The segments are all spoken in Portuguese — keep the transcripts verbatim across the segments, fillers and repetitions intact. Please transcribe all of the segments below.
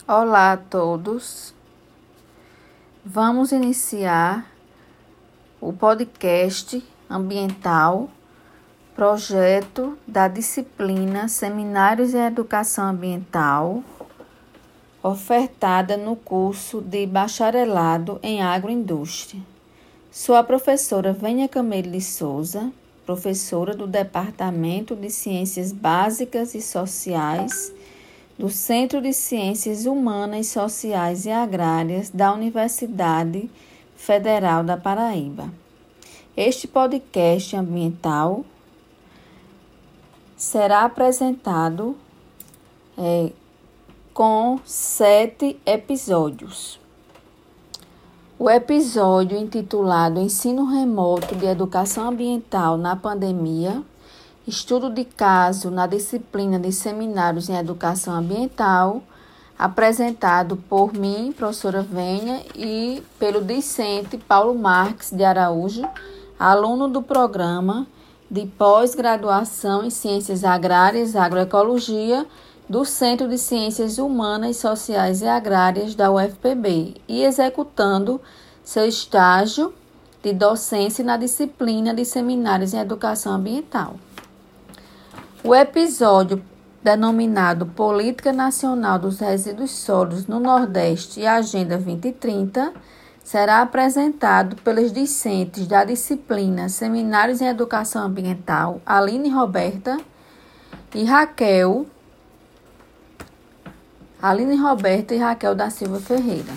Olá a todos. Vamos iniciar o podcast ambiental, projeto da disciplina Seminários em Educação Ambiental, ofertada no curso de Bacharelado em Agroindústria. Sou a professora Vênia Camille de Souza, professora do Departamento de Ciências Básicas e Sociais do Centro de Ciências Humanas, Sociais e Agrárias da Universidade Federal da Paraíba. Este podcast ambiental será apresentado é, com sete episódios. O episódio intitulado Ensino Remoto de Educação Ambiental na Pandemia, estudo de caso na disciplina de Seminários em Educação Ambiental, apresentado por mim, professora Vênia, e pelo discente Paulo Marques de Araújo, aluno do programa de pós-graduação em Ciências Agrárias e Agroecologia do Centro de Ciências Humanas, Sociais e Agrárias da U F P B e executando seu estágio de docência na disciplina de Seminários em Educação Ambiental. O episódio denominado Política Nacional dos Resíduos Sólidos no Nordeste e Agenda vinte trinta será apresentado pelos discentes da disciplina Seminários em Educação Ambiental, Aline Roberta e Raquel, Aline Roberta e Raquel da Silva Ferreira.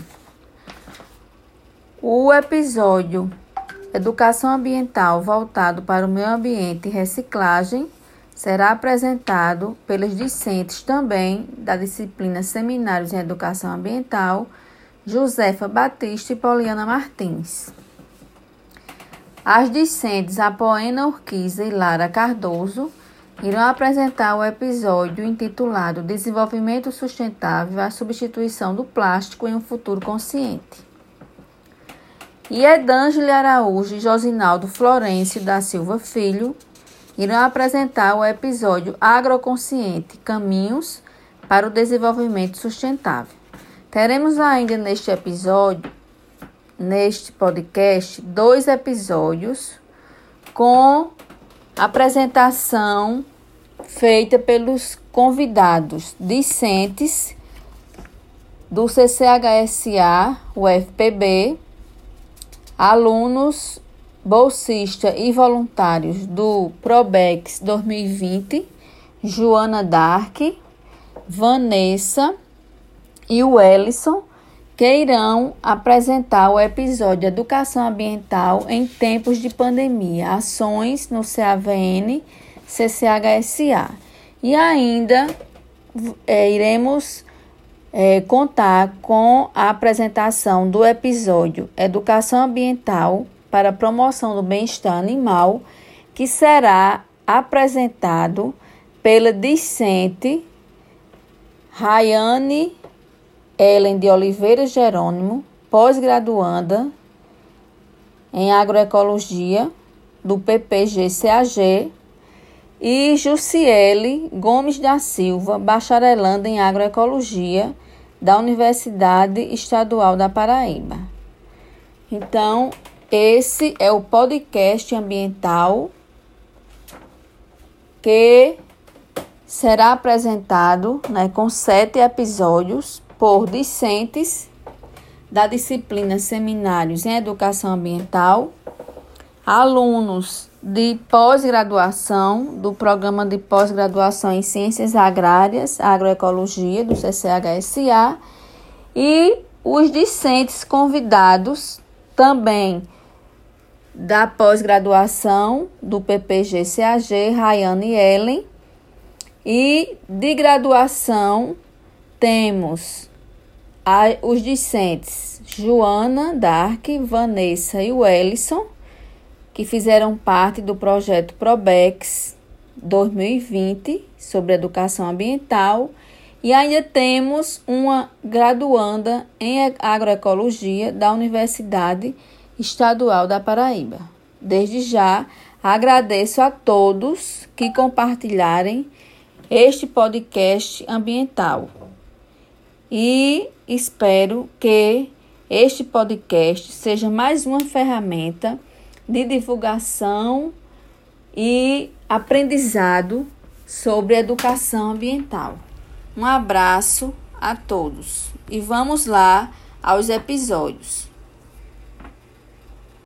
O episódio Educação Ambiental voltado para o meio ambiente e reciclagem será apresentado pelos discentes também da disciplina Seminários em Educação Ambiental, Josefa Batista e Poliana Martins. As discentes Apoena Urquiza e Lara Cardoso irão apresentar o episódio intitulado Desenvolvimento Sustentável, a substituição do plástico em um futuro consciente. E Edângele Araújo e Josinaldo Florencio da Silva Filho irão apresentar o episódio Agroconsciente, Caminhos para o Desenvolvimento Sustentável. Teremos ainda neste episódio, neste podcast, dois episódios com apresentação feita pelos convidados discentes do C C H S A, U F P B, alunos bolsistas e voluntários do Probex dois mil e vinte, Joana Dark, Vanessa e o Ellison, que irão apresentar o episódio Educação Ambiental em Tempos de Pandemia, Ações no C A V N, C C H S A. E ainda é, iremos é, contar com a apresentação do episódio Educação Ambiental para a Promoção do Bem-Estar Animal, que será apresentado pela discente Rayane Ellen de Oliveira Jerônimo, pós-graduanda em Agroecologia do P P G C A G, e Jussiele Gomes da Silva, bacharelanda em Agroecologia da Universidade Estadual da Paraíba. Então, esse é o podcast ambiental que será apresentado, né, com sete episódios por discentes da disciplina Seminários em Educação Ambiental, alunos de pós-graduação do Programa de Pós-Graduação em Ciências Agrárias, Agroecologia, do C C H S A, e os discentes convidados também da pós-graduação do P P G C A G, Rayane Ellen, e de graduação temos a, os discentes Joana Dark, Vanessa e o Ellison, que fizeram parte do projeto Probex dois mil e vinte sobre educação ambiental, e ainda temos uma graduanda em agroecologia da Universidade Estadual da Paraíba. Desde já, agradeço a todos que compartilharem este podcast ambiental. e espero que este podcast seja mais uma ferramenta de divulgação e aprendizado sobre educação ambiental. Um abraço a todos e vamos lá aos episódios.